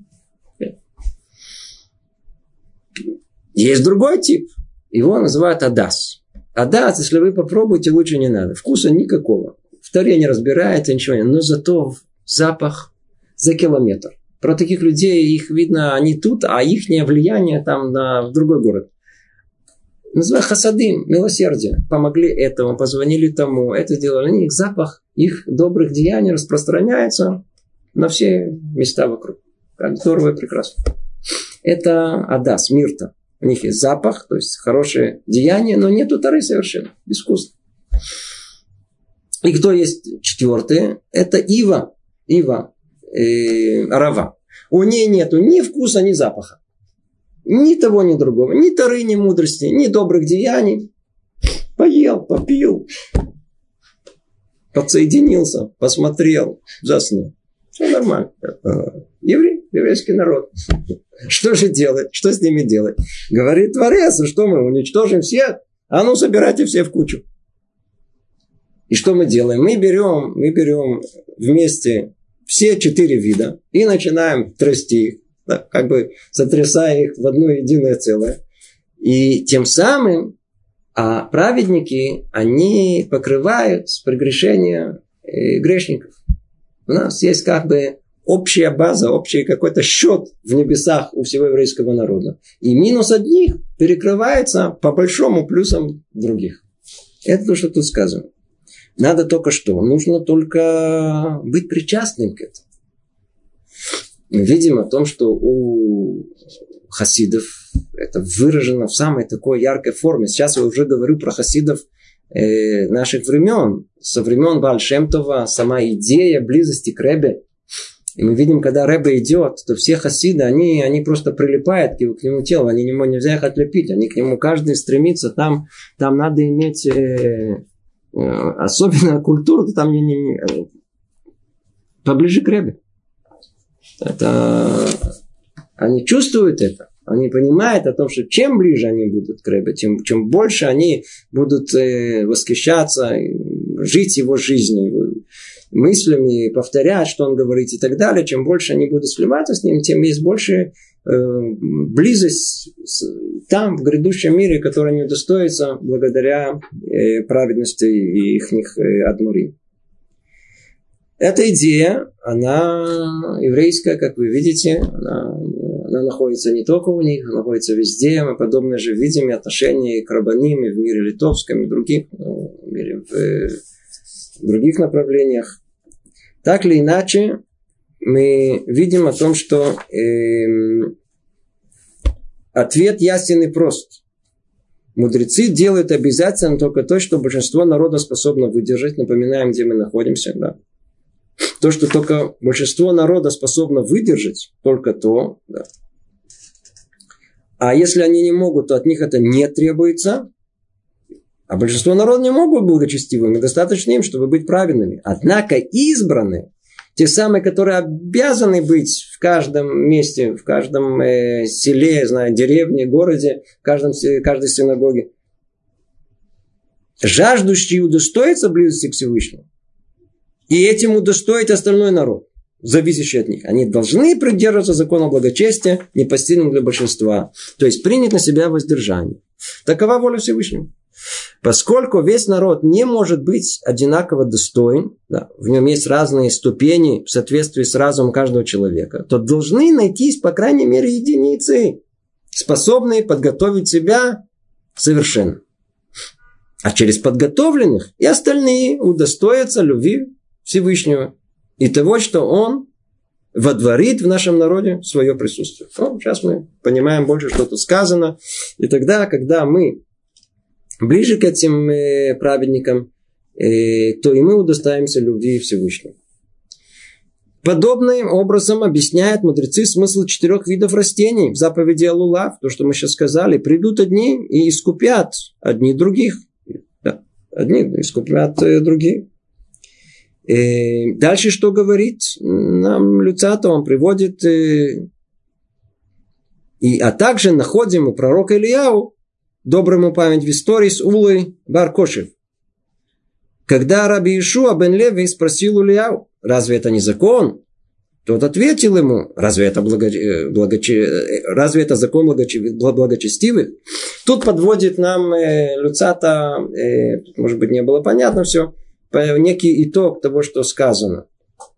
Есть другой тип. Его называют адас. Адас, если вы попробуете, лучше не надо. Вкуса никакого. В Торе не разбирается, ничего нет. Но зато запах за километр. Про таких людей, их видно, они тут, а их влияние там на, в другой город. Называют хасадим, милосердие. Помогли этому, позвонили тому, это сделали. Они, их запах, их добрых деяний распространяется на все места вокруг. Как здорово и прекрасно. Это адас, мирта. У них есть запах, то есть хорошее деяние, но нету Торы совершенно. Безвкусно. И кто есть четвертый? Это ива. Ива. Э, арава. У нее нету ни вкуса, ни запаха. Ни того, ни другого. Ни Торы, ни мудрости, ни добрых деяний. Поел, попил. Подсоединился, посмотрел, заснул. Все нормально. Еврей, еврейский народ. Что же делать? Что с ними делать? Говорит Творец, что мы уничтожим всех? А ну, собирайте все в кучу. И что мы делаем? Мы берем, мы берем вместе все четыре вида и начинаем трясти их, да, как бы сотрясая их в одно единое целое. И тем самым а праведники, они покрывают прегрешения грешников. У нас есть как бы общая база, общий какой-то счет в небесах у всего еврейского народа. И минус одних перекрывается по большому плюсам других. Это то, что тут сказано. Надо только что? Нужно только быть причастным к этому. Мы видим о том, что у хасидов это выражено в самой такой яркой форме. Сейчас я уже говорю про хасидов э, наших времен. Со времен Бааль Шем Това, сама идея близости к Ребе. И мы видим, когда Ребе идет, то все хасиды, они, они просто прилипают к, его, к нему телу. Они не, нельзя их отлепить. Они к нему каждый стремится. Там, там надо иметь... Э, э, особенно культуру, там не, не, поближе к Ребе. Это... Они чувствуют это. Они понимают о том, что чем ближе они будут к Ребе, тем, чем больше они будут э, восхищаться, жить его жизнью, его мыслями, повторять, что он говорит и так далее. Чем больше они будут сливаться с ним, тем есть больше э, близость с, там, в грядущем мире, который не удостоится благодаря э, праведности и их э, адмурим. Эта идея, она еврейская, как вы видите, она, она находится не только у них, она находится везде. Мы подобное же видим и отношения к рабаним, и в мире литовском, и в других, ну, в, мире, в, в других направлениях. Так или иначе, мы видим о том, что э, ответ ясен и прост. Мудрецы делают обязательно только то, что большинство народа способно выдержать. Напоминаем, где мы находимся. Да. То, что только большинство народа способно выдержать, только то. Да. А если они не могут, то от них это не требуется. А большинство народа не могут быть благочестивыми. Достаточно им, чтобы быть праведными. Однако избранные, те самые, которые обязаны быть в каждом месте, в каждом э, селе, знаю, деревне, городе, в каждом, каждой синагоге, жаждущие удостоиться близости к Всевышнему, и этим удостоить остальной народ, зависящий от них. Они должны придерживаться закона благочестия, непостижимого для большинства. То есть принять на себя воздержание. Такова воля Всевышнего. Поскольку весь народ не может быть одинаково достоин, да, в нем есть разные ступени в соответствии с разумом каждого человека, то должны найтись, по крайней мере, единицы, способные подготовить себя совершенно. А через подготовленных и остальные удостоятся любви Всевышнего и того, что Он водворит в нашем народе свое присутствие. Ну, сейчас мы понимаем больше, что тут сказано. И тогда, когда мы ближе к этим э, праведникам, э, то и мы удостоимся любви Всевышнего. Подобным образом объясняют мудрецы смысл четырех видов растений в заповеди Алулав, то, что мы сейчас сказали. Придут одни и искупят одни других. Да, одни искупят э, других. Э, дальше что говорит нам Люцата? Он приводит... Э, и, а также находим у пророка Ильяу доброму память в истории с Улой Бар-Кошев. Когда раби Иешуа бен Леви спросил у Ильяу, разве это не закон? Тот ответил ему, разве это, благо... Благоче... разве это закон благоче... благочестивый? Тут подводит нам э, Люцата, э, может быть, не было понятно все, некий итог того, что сказано.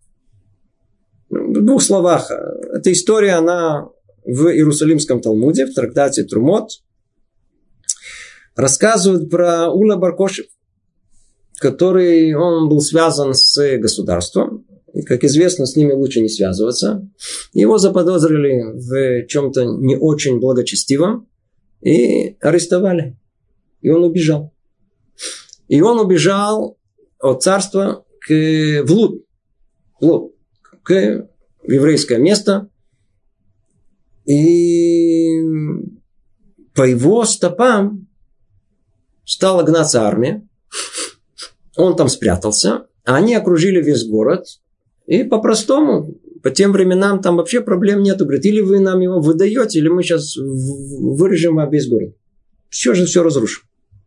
В двух словах. Эта история, она в Иерусалимском Талмуде, в трактате Трумот, рассказывают про Ула Бар-Кошев, который он был связан с государством. И, как известно, с ними лучше не связываться. Его заподозрили в чем-то не очень благочестивом и арестовали. И он убежал. И он убежал от царства к, в Луд, в Луд, к еврейское место. И по его стопам стала гнаться армия. Он там спрятался. А они окружили весь город. И по-простому, по тем временам там вообще проблем нету. Говорит, или вы нам его выдаете, или мы сейчас вырежем весь город. Все же все разрушим.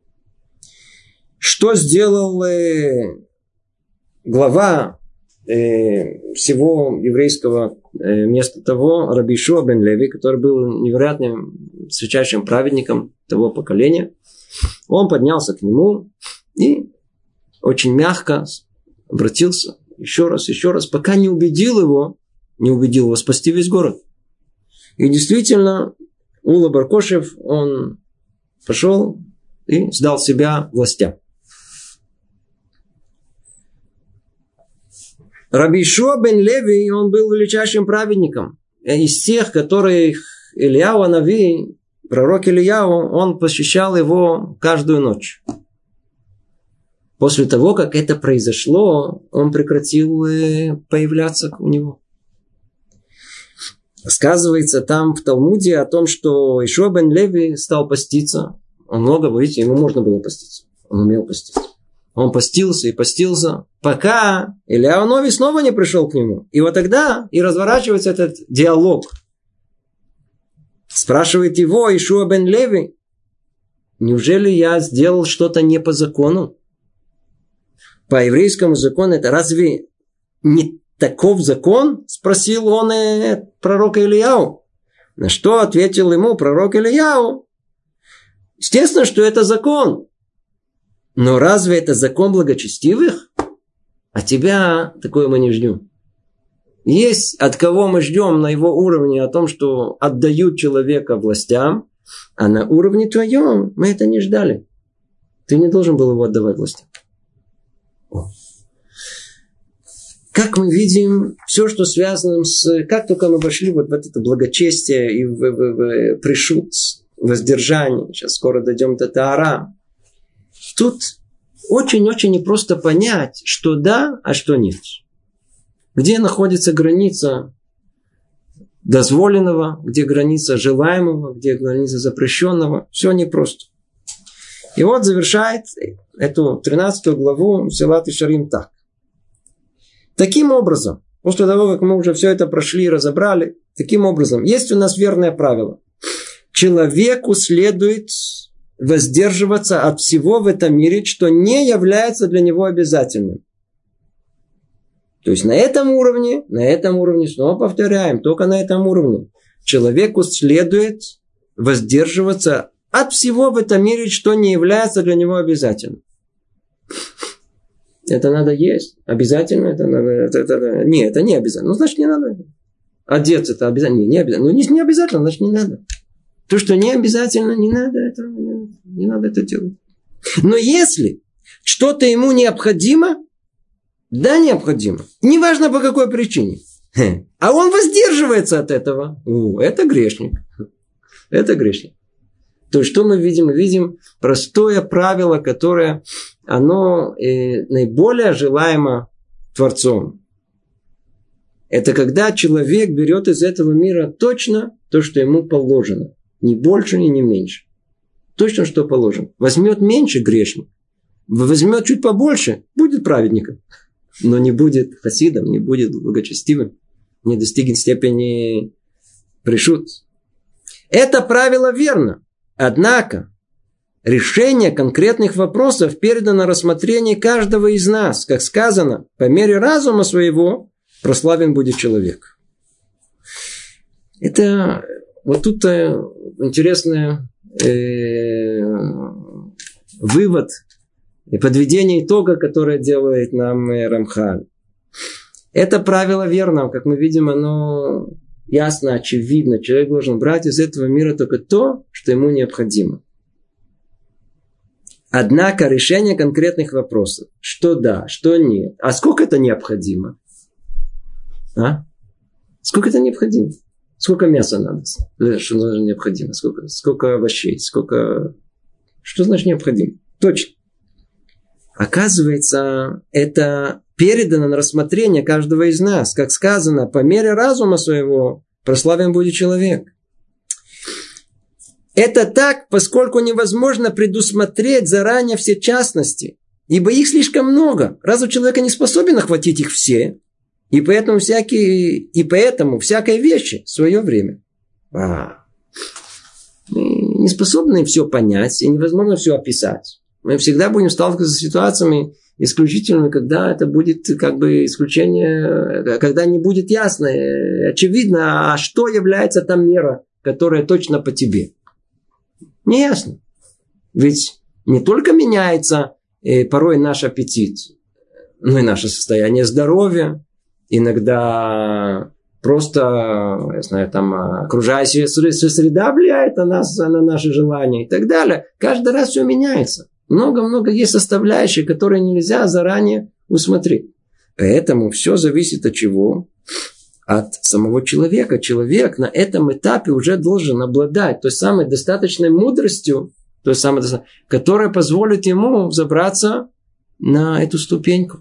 Что сделал э, глава э, всего еврейского э, места того, раби Иешуа бен Леви, который был невероятным, святейшим праведником того поколения. Он поднялся к нему и очень мягко обратился еще раз, еще раз, пока не убедил его, не убедил его спасти весь город. И действительно, Ула Бар-Кошев, он пошел и сдал себя властям. Раби Иешуа бен Леви, он был величайшим праведником. Из тех, которых Ильяу Нави, пророк Ильяу, он посещал его каждую ночь. После того, как это произошло, он прекратил появляться у него. Сказывается там в Талмуде о том, что Иешуа бен Леви стал поститься. Он много, видите, ему можно было поститься. Он умел поститься. Он постился и постился, пока Ильяу Нави снова не пришел к нему. И вот тогда и разворачивается этот диалог. Спрашивает его Иешуа бен Леви, неужели я сделал что-то не по закону? По еврейскому закону это разве не таков закон? Спросил он э, пророка Ильяу. На что ответил ему пророк Ильяу? Естественно, что это закон. Но разве это закон благочестивых? А тебя такое мы не ждем. Есть от кого мы ждем на его уровне о том, что отдают человека властям, а на уровне твоем мы это не ждали. Ты не должен был его отдавать властям. Как мы видим, все, что связано с... Как только мы вошли вот в это благочестие и в, в, в, в пришут, воздержание. Сейчас скоро дойдем до Таара. Тут очень-очень непросто понять, что да, а что нет. Где находится граница дозволенного, где граница желаемого, где граница запрещенного. Все непросто. И вот завершает эту тринадцатую главу Мсилат Ишарим так. Таким образом, после того, как мы уже все это прошли и разобрали, таким образом, есть у нас верное правило. Человеку следует воздерживаться от всего в этом мире, что не является для него обязательным. То есть на этом уровне, на этом уровне, снова повторяем, только на этом уровне, человеку следует воздерживаться от всего в этом мире, что не является для него обязательным. Это надо есть. Обязательно это надо. Это, это, не, это не обязательно. Ну, значит, не надо. Одеться это обязательно. Не, не обязательно. Ну, не, не обязательно, значит, не надо. То, что не обязательно, не надо, это, не, не надо это делать. Но если что-то ему необходимо, да, необходимо. Неважно по какой причине. А он воздерживается от этого. О, это грешник. Это грешник. То есть, что мы видим? Мы видим простое правило, которое оно э, наиболее желаемо Творцом. Это когда человек берет из этого мира точно то, что ему положено. Ни больше, ни не меньше. Точно, что положено. Возьмет меньше — грешник. Возьмет чуть побольше — будет праведником. Но не будет хасидом, не будет благочестивым. Не достигнет степени пришут. Это правило верно. Однако, решение конкретных вопросов передано на рассмотрение каждого из нас. Как сказано, по мере разума своего прославен будет человек. Это вот тут интересный э, вывод и подведение итога, которое делает нам Рамхаль. Это правило верно, как мы видим, оно ясно, очевидно. Человек должен брать из этого мира только то, что ему необходимо. Однако решение конкретных вопросов, что да, что нет, а сколько это необходимо? А? Сколько это необходимо? Сколько мяса надо? Что значит необходимо? Сколько, сколько овощей? Сколько... Что значит необходимо? Точно. Оказывается, это передано на рассмотрение каждого из нас. Как сказано, по мере разума своего прославен будет человек. Это так, поскольку невозможно предусмотреть заранее все частности, ибо их слишком много. Разум человека не способен охватить их все, и поэтому, всякие, и поэтому всякой вещи в свое время. А, мы не способны все понять, и невозможно все описать. Мы всегда будем сталкиваться с ситуациями исключительными, когда это будет как бы исключение, когда не будет ясно, очевидно, а что является там мера, которая точно по тебе. Не ясно. Ведь не только меняется э, порой наш аппетит, но и наше состояние здоровья. Иногда просто, я знаю, там окружающая среда влияет на нас, на наши желания и так далее. Каждый раз все меняется. Много-много есть составляющих, которые нельзя заранее усмотреть. Поэтому все зависит от чего? От самого человека. Человек на этом этапе уже должен обладать той самой достаточной мудростью, той самой, которая позволит ему взобраться на эту ступеньку.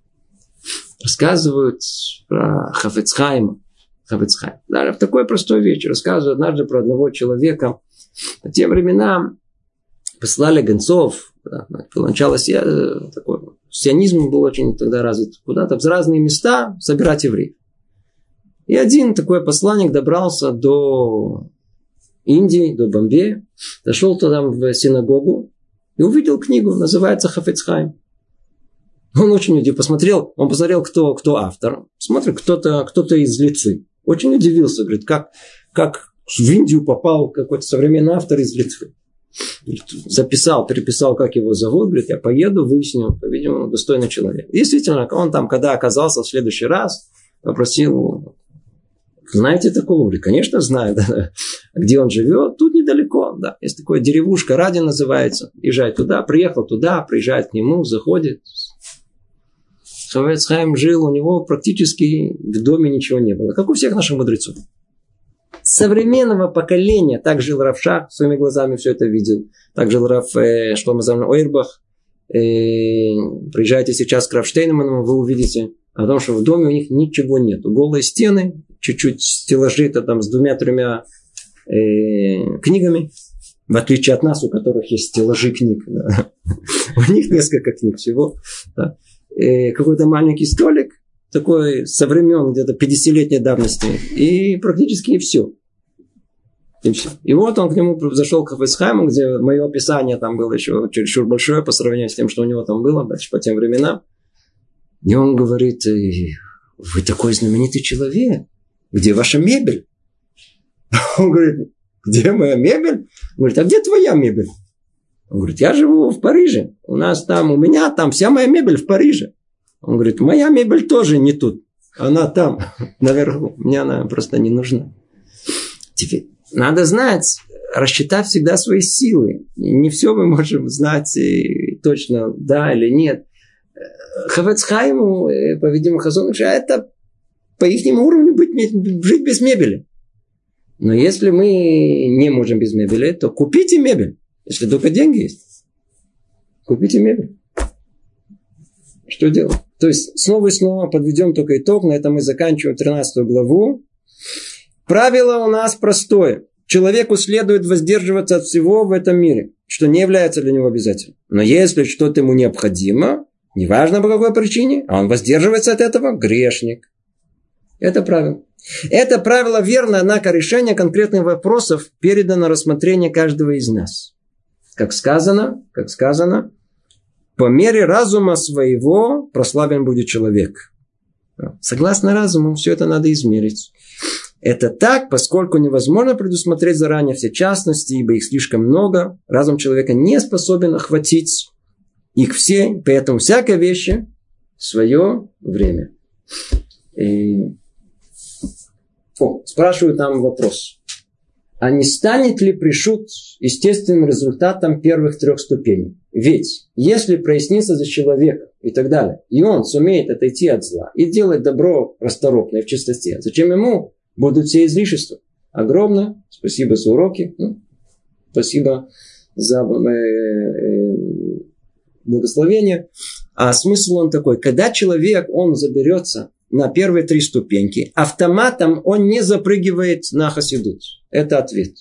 Рассказывают про Хафец Хаима. Хафец Хаим. Даже в такой простой вещи. Рассказывают однажды про одного человека. По тем временам послали гонцов. Да, начало такой сионизм был очень тогда развит. Куда-то в разные места собирать евреев. И один такой посланник добрался до Индии, до Бомбея. Дошел туда в синагогу и увидел книгу. Называется Хафец Хаим. Он очень удивился, посмотрел, он посмотрел, кто, кто автор. Смотрит, кто-то, кто-то из Литвы. Очень удивился, говорит, как, как в Индию попал какой-то современный автор из Литвы. Записал, переписал, как его зовут, говорит, я поеду, выясню, по-видимому, достойный человек. Действительно, он там, когда оказался в следующий раз, попросил, знаете такого? Говорит, конечно, знаю, да. Где он живет? Тут недалеко, да. Есть такая деревушка, Радин называется. Езжает туда, приехал туда, приезжает к нему, заходит. Хафец Хаим жил, у него практически в доме ничего не было. Как у всех наших мудрецов. современного поколения. Так жил Рав Шах, своими глазами все это видел. Так жил Рав э, Шломо Залман Ойрбах. Э, приезжайте сейчас к Рав Штейнману, вы увидите о том, что в доме у них ничего нет. Голые стены, чуть-чуть стеллажи-то там с двумя-тремя э, книгами. В отличие от нас, у которых есть стеллажи книг. Да. У них несколько книг всего. Да. Э, какой-то маленький столик. Такой со времен где-то пятидесятилетней давности. И практически и все. И все. И вот он к нему зашел к Хафец Хаиму, где мое описание там было еще чересчур большое по сравнению с тем, что у него там было дальше по тем временам. И он говорит: вы такой знаменитый человек. Где ваша мебель? Он говорит: где моя мебель? Он говорит: а где твоя мебель? Он говорит: я живу в Париже. У нас там, у меня там вся моя мебель в Париже. Он говорит: моя мебель тоже не тут. Она там, наверху. Мне она просто не нужна. Теперь надо знать, рассчитать всегда свои силы. Не все мы можем знать точно, да или нет. Хафец Хаиму, по-видимому, Хазон Иш, это по их уровню быть, жить без мебели. Но если мы не можем без мебели, то купите мебель. Если только деньги есть. Купите мебель. Что делать? То есть, снова и снова подведем только итог. На этом мы заканчиваем тринадцатую главу. Правило у нас простое. Человеку следует воздерживаться от всего в этом мире, что не является для него обязательным. Но если что-то ему необходимо, неважно по какой причине, а он воздерживается от этого, грешник. Это правило. Это правило верно, однако решение конкретных вопросов передано на рассмотрение каждого из нас. Как сказано, как сказано, по мере разума своего прославлен будет человек. Согласно разуму, все это надо измерить. Это так, поскольку невозможно предусмотреть заранее все частности, ибо их слишком много. Разум человека не способен охватить их все, поэтому всякой вещи в свое время. И... О, спрашивают нам вопрос. А не станет ли пришут естественным результатом первых трех ступеней? Ведь если прояснится за человека и так далее, и он сумеет отойти от зла и делать добро расторопно и в чистоте, зачем ему будут все излишества? Огромное спасибо за уроки. Ну, спасибо за э, благословение. А смысл он такой. Когда человек, он заберется на первые три ступеньки, автоматом он не запрыгивает на хасидут. Это ответ.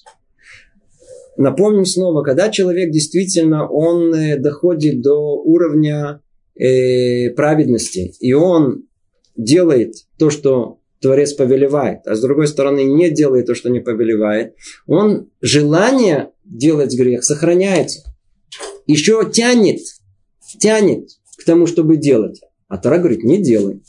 Напомним снова, когда человек действительно он доходит до уровня э, праведности, и он делает то, что Творец повелевает, а с другой стороны не делает то, что не повелевает, он желание делать грех сохраняется. Еще тянет, тянет к тому, чтобы делать. А Тора говорит: не делай.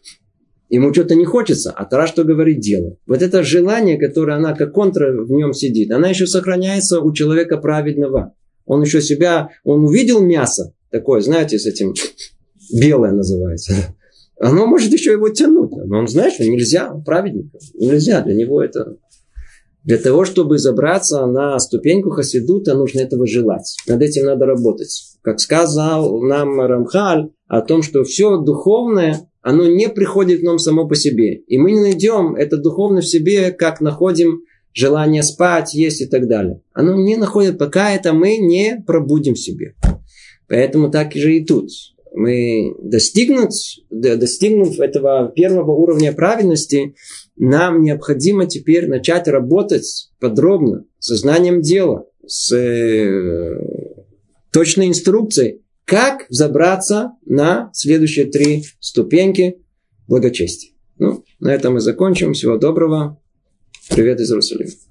Ему что-то не хочется, а Тора что говорит? Делай. Вот это желание, которое она как контра в нем сидит, она еще сохраняется у человека праведного. Он еще себя, он увидел мясо такое, знаете, с этим, белое называется. Оно может еще его тянуть. Но он знает, что нельзя, праведника. Нельзя, для него это... Для того, чтобы забраться на ступеньку хасидута, нужно этого желать. Над этим надо работать. Как сказал нам Рамхаль о том, что все духовное, оно не приходит к нам само по себе. И мы не найдем это духовное в себе, как находим желание спать, есть и так далее. Оно не находит, пока это мы не пробудим в себе. Поэтому так же и тут. Мы достигнуть, достигнув этого первого уровня праведности, нам необходимо теперь начать работать подробно, со знанием дела, с э, точной инструкцией, как забраться на следующие три ступеньки благочестия. Ну, на этом мы закончим. Всего доброго. Привет из Иерусалима.